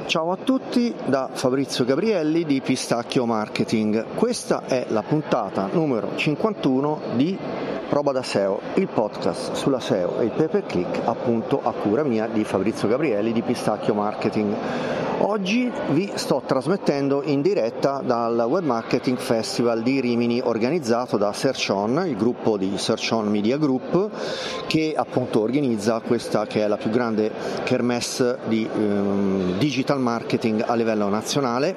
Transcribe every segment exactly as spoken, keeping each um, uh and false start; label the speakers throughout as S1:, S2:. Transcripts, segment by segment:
S1: Ciao a tutti da Fabrizio Gabrielli di Pistacchio Marketing. Questa è la puntata numero cinquantuno di Roba da S E O, il podcast sulla S E O e il pay per click, appunto a cura mia di Fabrizio Gabrielli di Pistacchio Marketing. Oggi vi sto trasmettendo in diretta dal Web Marketing Festival di Rimini organizzato da SearchOn, il gruppo di SearchOn Media Group, che appunto organizza questa che è la più grande kermesse di um, digital marketing a livello nazionale.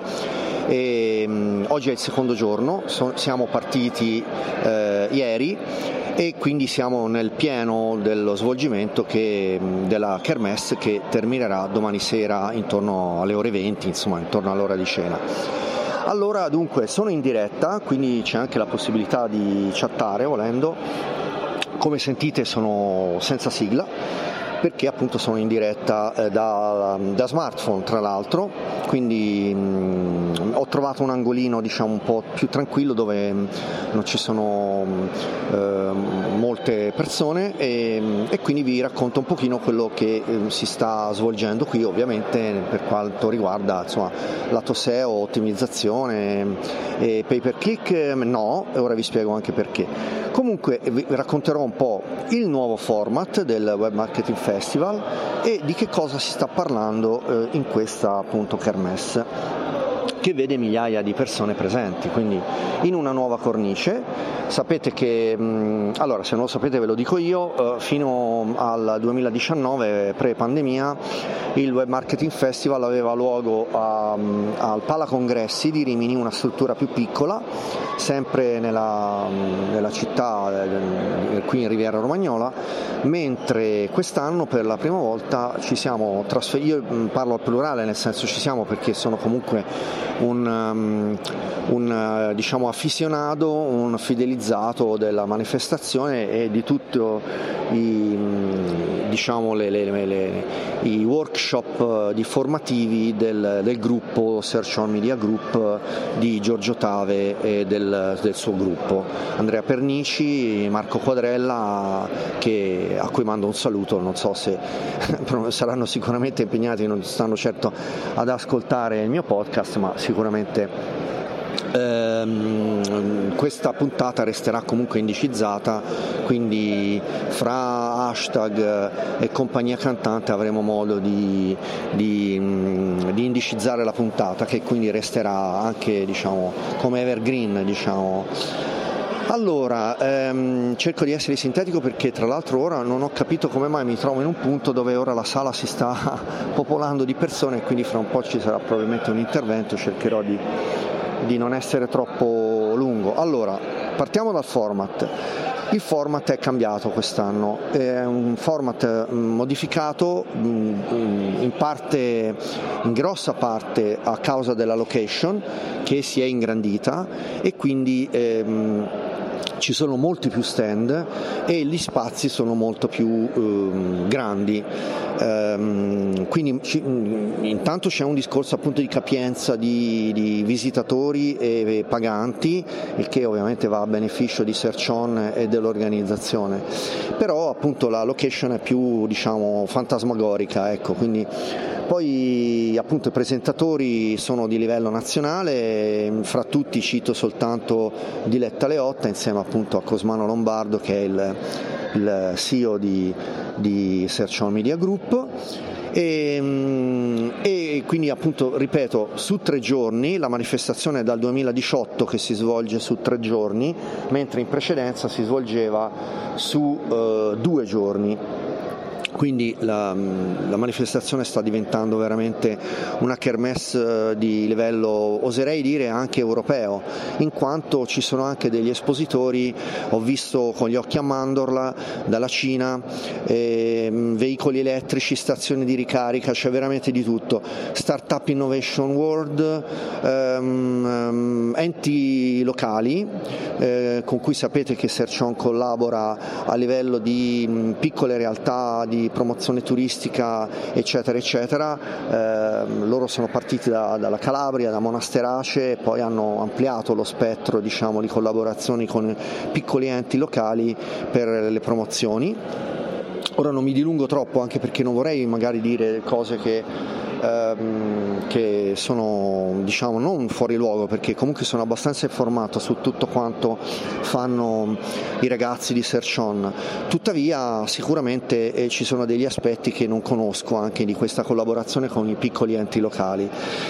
S1: E, um, oggi è il secondo giorno, so, siamo partiti eh, ieri e quindi siamo nel pieno dello svolgimento che, della kermesse che terminerà domani sera intorno alle ore venti, insomma intorno all'ora di cena. Allora dunque sono in diretta, quindi c'è anche la possibilità di chattare volendo. Come sentite sono senza sigla perché appunto sono in diretta eh, da, da smartphone tra l'altro, quindi mh, ho trovato un angolino diciamo un po' più tranquillo dove mh, non ci sono eh, molte persone e, e quindi vi racconto un pochino quello che eh, si sta svolgendo qui, ovviamente per quanto riguarda insomma lato S E O, ottimizzazione e pay per click no, e ora vi spiego anche perché. Comunque vi racconterò un po' il nuovo format del Web Marketing Festival e di che cosa si sta parlando eh, in questa appunto kermesse che vede migliaia di persone presenti, quindi in una nuova cornice. Sapete che, mh, allora se non lo sapete ve lo dico io, eh, fino al duemiladiciannove pre-pandemia il Web Marketing Festival aveva luogo a, um, al Pala Congressi di Rimini, una struttura più piccola, sempre nella, nella città eh, qui in Riviera Romagnola, mentre quest'anno per la prima volta ci siamo trasferiti, io parlo al plurale nel senso ci siamo perché sono comunque un, um, un diciamo afficionato, un fidelizzato della manifestazione e di tutto i, diciamo le, le, le, i workshop di formativi del, del gruppo SearchOn Media Group di Giorgio Tave e del, del suo gruppo, Andrea Pernici, Marco Quadrella, che, a cui mando un saluto, non so se saranno sicuramente impegnati, non stanno certo ad ascoltare il mio podcast, ma sicuramente ehm, questa puntata resterà comunque indicizzata, quindi fra hashtag e compagnia cantante avremo modo di, di, di indicizzare la puntata, che quindi resterà anche diciamo come evergreen diciamo. Allora, ehm, cerco di essere sintetico perché tra l'altro ora non ho capito come mai mi trovo in un punto dove ora la sala si sta popolando di persone e quindi fra un po' ci sarà probabilmente un intervento, cercherò di, di non essere troppo lungo. Allora, partiamo dal format. Il format è cambiato quest'anno, è un format modificato in parte, in grossa parte a causa della location che si è ingrandita e quindi ehm, ci sono molti più stand e gli spazi sono molto più eh, grandi, ehm, quindi ci, intanto c'è un discorso appunto di capienza di, di visitatori e paganti, il che ovviamente va a beneficio di SearchOn e dell'organizzazione, però appunto la location è più diciamo fantasmagorica, ecco, quindi poi appunto i presentatori sono di livello nazionale, fra tutti cito soltanto Diletta Leotta insieme appunto a Cosmano Lombardo che è il, il C E O di, di SearchOn Media Group. E, e quindi appunto ripeto su tre giorni, la manifestazione è dal duemiladiciotto che si svolge su tre giorni, mentre in precedenza si svolgeva su uh, due giorni. Quindi la, la manifestazione sta diventando veramente una kermesse di livello, oserei dire anche europeo, in quanto ci sono anche degli espositori, ho visto con gli occhi a mandorla, dalla Cina, eh, veicoli elettrici, stazioni di ricarica, c'è veramente di tutto, Startup Innovation World, ehm, enti locali eh, con cui sapete che SearchOn collabora a livello di mh, piccole realtà di promozione turistica eccetera eccetera, eh, loro sono partiti da, dalla Calabria, da Monasterace e poi hanno ampliato lo spettro diciamo di collaborazioni con piccoli enti locali per le promozioni. Ora non mi dilungo troppo anche perché non vorrei magari dire cose che ehm, che sono, diciamo, non fuori luogo, perché comunque sono abbastanza informato su tutto quanto fanno i ragazzi di Search-On. Tuttavia sicuramente eh, ci sono degli aspetti che non conosco anche di questa collaborazione con i piccoli enti locali.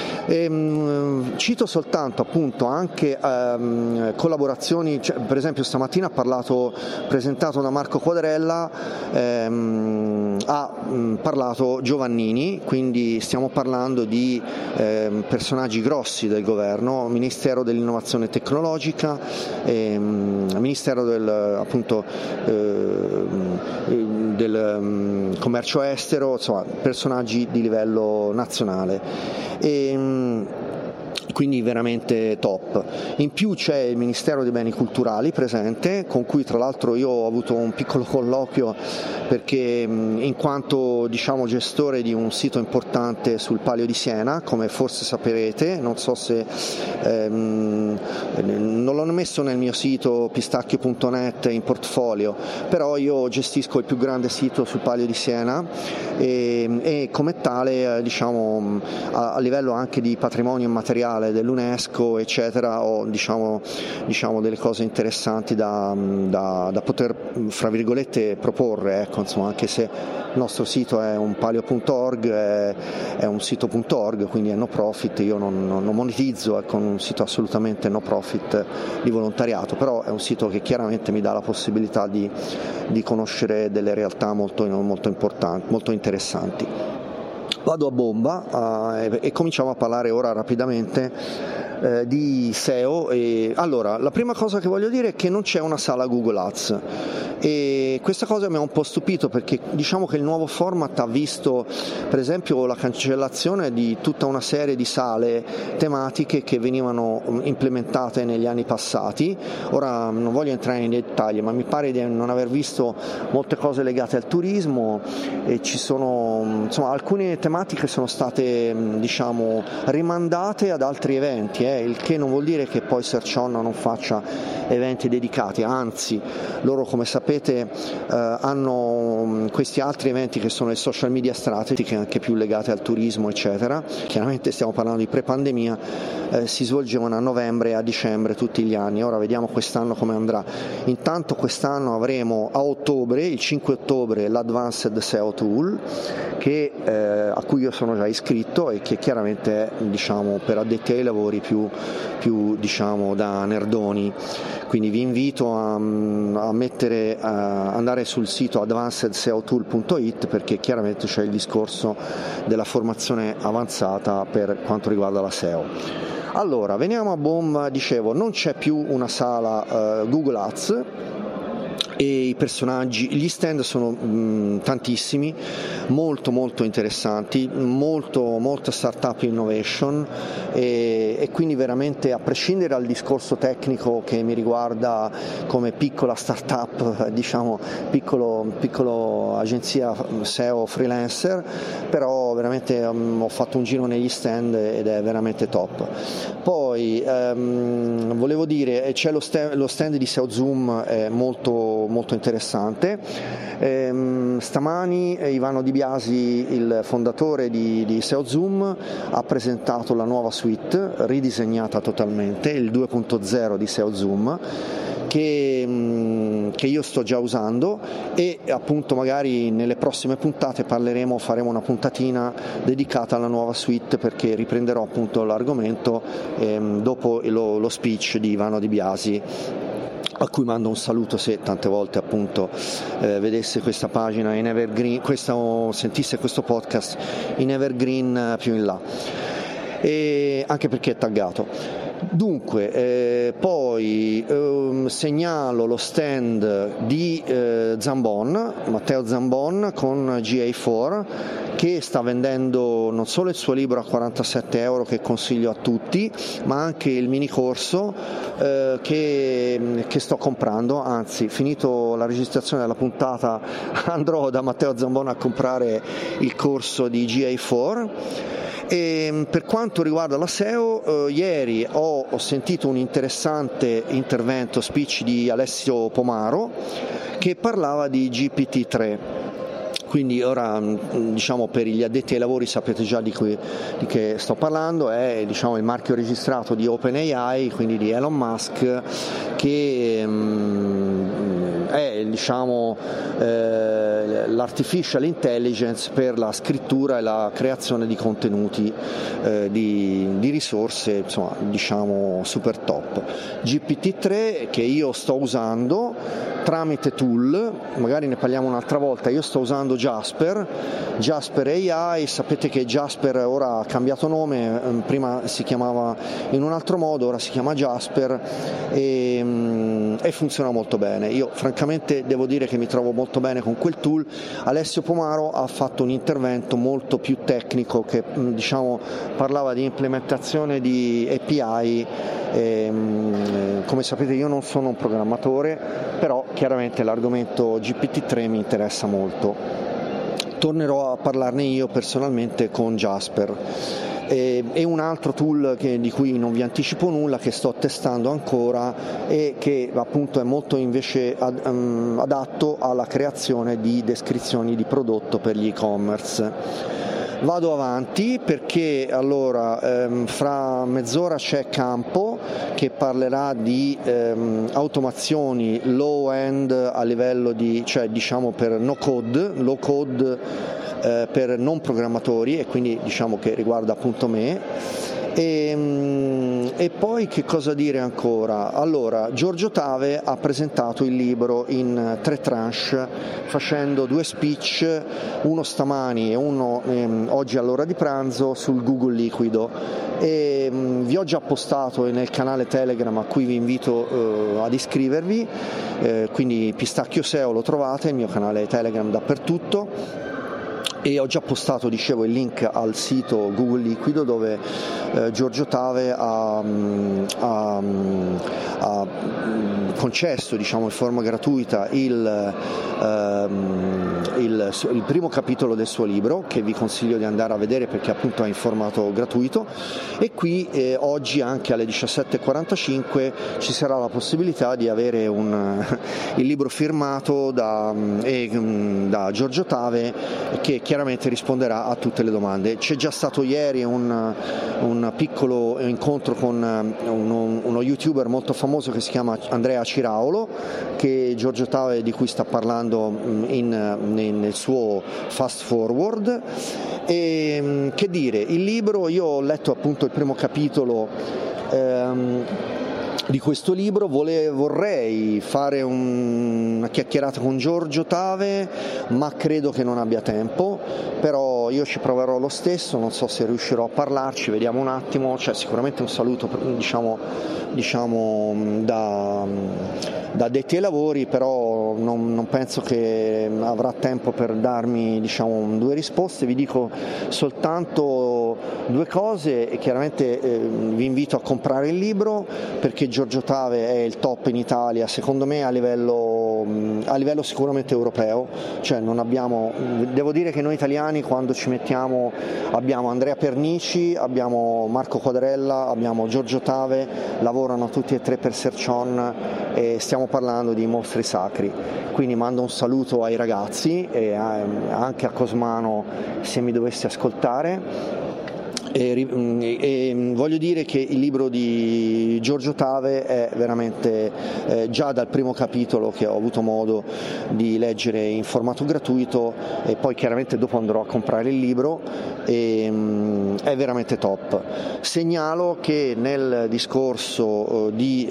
S1: Ehm, cito soltanto appunto anche ehm, collaborazioni, cioè, per esempio stamattina ha parlato, presentato da Marco Quadrella, ehm, ha mh, parlato Giovannini, quindi stiamo parlando di ehm, personaggi grossi del governo, Ministero dell'Innovazione Tecnologica, ehm, Ministero del, appunto, eh, del um, Commercio Estero, insomma personaggi di livello nazionale. E, quindi veramente top. In più c'è il Ministero dei Beni Culturali presente, con cui tra l'altro io ho avuto un piccolo colloquio, perché in quanto, diciamo, gestore di un sito importante sul Palio di Siena, come forse saprete, non so se ehm, non l'ho messo nel mio sito pistacchio punto net in portfolio, però io gestisco il più grande sito sul Palio di Siena e, e come tale, diciamo, a, a livello anche di patrimonio immateriale dell'UNESCO eccetera, ho diciamo, diciamo delle cose interessanti da, da, da poter, fra virgolette, proporre, ecco, insomma, anche se il nostro sito è un palio punto org, è, è un sito punto org, quindi è no profit, io non, non monetizzo, è con un sito assolutamente no profit di volontariato, però è un sito che chiaramente mi dà la possibilità di, di conoscere delle realtà molto, molto importanti, molto interessanti. Vado a bomba uh, e, e cominciamo a parlare ora rapidamente eh, di S E O. E, allora, la prima cosa che voglio dire è che non c'è una sala Google Ads e questa cosa mi ha un po' stupito, perché diciamo che il nuovo format ha visto per esempio la cancellazione di tutta una serie di sale tematiche che venivano implementate negli anni passati. Ora non voglio entrare nei dettagli, ma mi pare di non aver visto molte cose legate al turismo e ci sono, insomma, alcune tematiche sono state, diciamo, rimandate ad altri eventi, eh, il che non vuol dire che poi Search-On non faccia eventi dedicati, anzi loro, come sapete, eh, hanno questi altri eventi che sono le social media strategy, che anche più legate al turismo eccetera. Chiaramente stiamo parlando di pre-pandemia, eh, si svolgevano a novembre e a dicembre tutti gli anni. Ora vediamo quest'anno come andrà. Intanto quest'anno avremo a ottobre, il cinque ottobre, l'Advanced S E O Tool, che, eh, a cui io sono già iscritto e che chiaramente è, diciamo, per addetti ai lavori più, più diciamo da nerdoni, quindi vi invito a, a mettere a andare sul sito advanced S E O tool punto it, perché chiaramente c'è il discorso della formazione avanzata per quanto riguarda la S E O. Allora, veniamo a bomba. Dicevo, non c'è più una sala uh, Google Ads e i personaggi, gli stand sono mh, tantissimi, molto molto interessanti, molto molta startup innovation e, e quindi veramente, a prescindere dal discorso tecnico che mi riguarda come piccola startup, diciamo piccolo, piccolo agenzia S E O freelancer, però veramente um, ho fatto un giro negli stand ed è veramente top. Poi um, volevo dire, c'è lo stand, lo stand di S E O Zoom, è molto molto interessante. Ehm, stamani Ivano Di Biasi, il fondatore di, di S E O Zoom, ha presentato la nuova suite ridisegnata totalmente, il due punto zero di S E O Zoom, che, che io sto già usando, e appunto magari nelle prossime puntate parleremo, faremo una puntatina dedicata alla nuova suite, perché riprenderò appunto l'argomento ehm, dopo lo, lo speech di Ivano Di Biasi, a cui mando un saluto se tante volte appunto eh, vedesse questa pagina in Evergreen, questa, o sentisse questo podcast in Evergreen eh, più in là, e anche perché è taggato. Dunque, eh, poi eh, segnalo lo stand di eh, Zambon, Matteo Zambon con G A quattro, che sta vendendo non solo il suo libro a quarantasette euro, che consiglio a tutti, ma anche il mini corso eh, che, che sto comprando. Anzi, finito la registrazione della puntata andrò da Matteo Zambon a comprare il corso di G A quattro. E per quanto riguarda la S E O, eh, ieri ho, ho sentito un interessante intervento, speech di Alessio Pomaro, che parlava di G P T tre. quindi ora diciamo per gli addetti ai lavori sapete già di, cui, di che sto parlando, è diciamo il marchio registrato di OpenAI, quindi di Elon Musk, che um, è diciamo eh, l'artificial intelligence per la scrittura e la creazione di contenuti eh, di, di risorse insomma diciamo super top. G P T tre che io sto usando tramite tool, magari ne parliamo un'altra volta. Io sto usando Jasper, Jasper A I, sapete che Jasper ora ha cambiato nome, prima si chiamava in un altro modo, ora si chiama Jasper e, e funziona molto bene. Io francamente devo dire che mi trovo molto bene con quel tool. Alessio Pomaro ha fatto un intervento molto più tecnico che diciamo parlava di implementazione di A P I. E, come sapete io non sono un programmatore, però chiaramente l'argomento G P T tre mi interessa molto. Tornerò a parlarne io personalmente con Jasper. E, e un altro tool che, di cui non vi anticipo nulla, che sto testando ancora e che appunto è molto invece ad, um, adatto alla creazione di descrizioni di prodotto per gli e-commerce. Vado avanti perché allora ehm, fra mezz'ora c'è Campo che parlerà di ehm, automazioni low end a livello di, cioè diciamo per no code, low code eh, per non programmatori, e quindi diciamo che riguarda appunto me. E, e poi che cosa dire ancora? Allora, Giorgio Tave ha presentato il libro in tre tranche facendo due speech, uno stamani e uno ehm, oggi all'ora di pranzo sul Google Liquido, e mh, vi ho già postato nel canale Telegram a cui vi invito eh, ad iscrivervi, eh, quindi Pistacchio S E O lo trovate, il mio canale Telegram dappertutto. E ho già postato, dicevo, il link al sito Google Liquido dove eh, Giorgio Tave ha, ha, ha concesso diciamo in forma gratuita il, ehm, il, il primo capitolo del suo libro, che vi consiglio di andare a vedere perché appunto è in formato gratuito, e qui eh, oggi anche alle diciassette e quarantacinque ci sarà la possibilità di avere un, il libro firmato da, eh, da Giorgio Tave, che chiaramente risponderà a tutte le domande. C'è già stato ieri un, un piccolo incontro con uno, uno youtuber molto famoso che si chiama Andrea Ciraulo, che Giorgio Tave di cui sta parlando in, in, nel suo Fast Forward. E che dire, il libro, io ho letto appunto il primo capitolo ehm, di questo libro, vole, vorrei fare un, una chiacchierata con Giorgio Tave, ma credo che non abbia tempo, però io ci proverò lo stesso, non so se riuscirò a parlarci, vediamo un attimo. Cioè, sicuramente un saluto diciamo, diciamo da, da addetti ai lavori, però non, non penso che avrà tempo per darmi diciamo, due risposte. Vi dico soltanto due cose e chiaramente eh, vi invito a comprare il libro perché Giorgio Tave è il top in Italia, secondo me a livello, a livello sicuramente europeo. Cioè non abbiamo, devo dire che noi italiani quando ci mettiamo abbiamo Andrea Pernici, abbiamo Marco Quadrella, abbiamo Giorgio Tave, lavorano tutti e tre per Search-On e stiamo parlando di mostri sacri. Quindi mando un saluto ai ragazzi e anche a Cosmano se mi dovessi ascoltare. E, e voglio dire che il libro di Giorgio Tave è veramente eh, già dal primo capitolo che ho avuto modo di leggere in formato gratuito, e poi chiaramente dopo andrò a comprare il libro, e, um, è veramente top. Segnalo che nel discorso uh, di,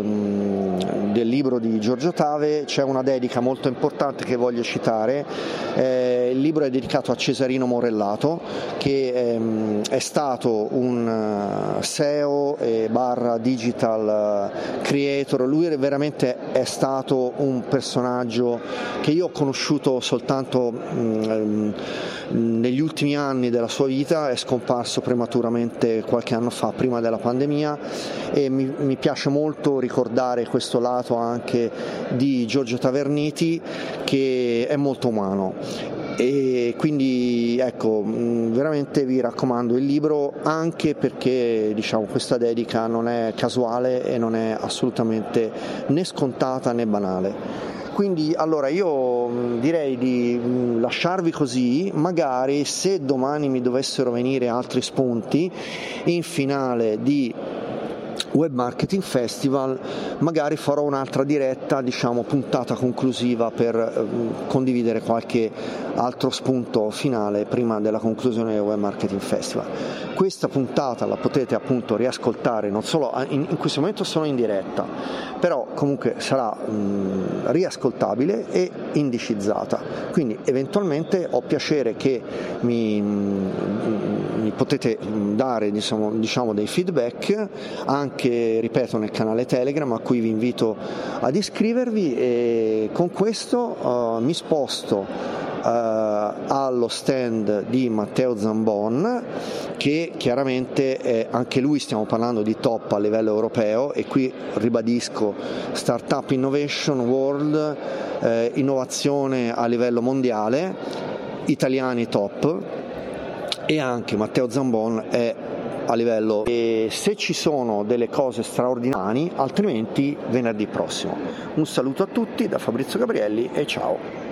S1: um, del libro di Giorgio Tave c'è una dedica molto importante che voglio citare. Eh, il libro è dedicato a Cesarino Morellato, che um, è stato un S E O e barra digital creator. Lui veramente è stato un personaggio che io ho conosciuto soltanto mh, negli ultimi anni della sua vita, è scomparso prematuramente qualche anno fa, prima della pandemia, e mi, mi piace molto ricordare questo lato anche di Giorgio Taverniti, che è molto umano. E quindi ecco, veramente vi raccomando il libro, anche perché diciamo questa dedica non è casuale e non è assolutamente né scontata né banale. Quindi allora io direi di lasciarvi così, magari se domani mi dovessero venire altri spunti in finale di Web Marketing Festival, magari farò un'altra diretta, diciamo puntata conclusiva, per eh, condividere qualche altro spunto finale prima della conclusione del Web Marketing Festival. Questa puntata la potete appunto riascoltare, non solo in, in questo momento sono in diretta, però comunque sarà mh, riascoltabile e indicizzata, quindi eventualmente ho piacere che mi, mh, mi potete dare diciamo, diciamo dei feedback anche, ripeto, nel canale Telegram, a cui vi invito ad iscrivervi, e con questo uh, mi sposto Uh, allo stand di Matteo Zambon, che chiaramente è, anche lui stiamo parlando di top a livello europeo, e qui ribadisco Startup Innovation World, eh, innovazione a livello mondiale, italiani top, e anche Matteo Zambon è a livello, e se ci sono delle cose straordinarie, altrimenti venerdì prossimo. Un saluto a tutti da Fabrizio Gabrielli e ciao.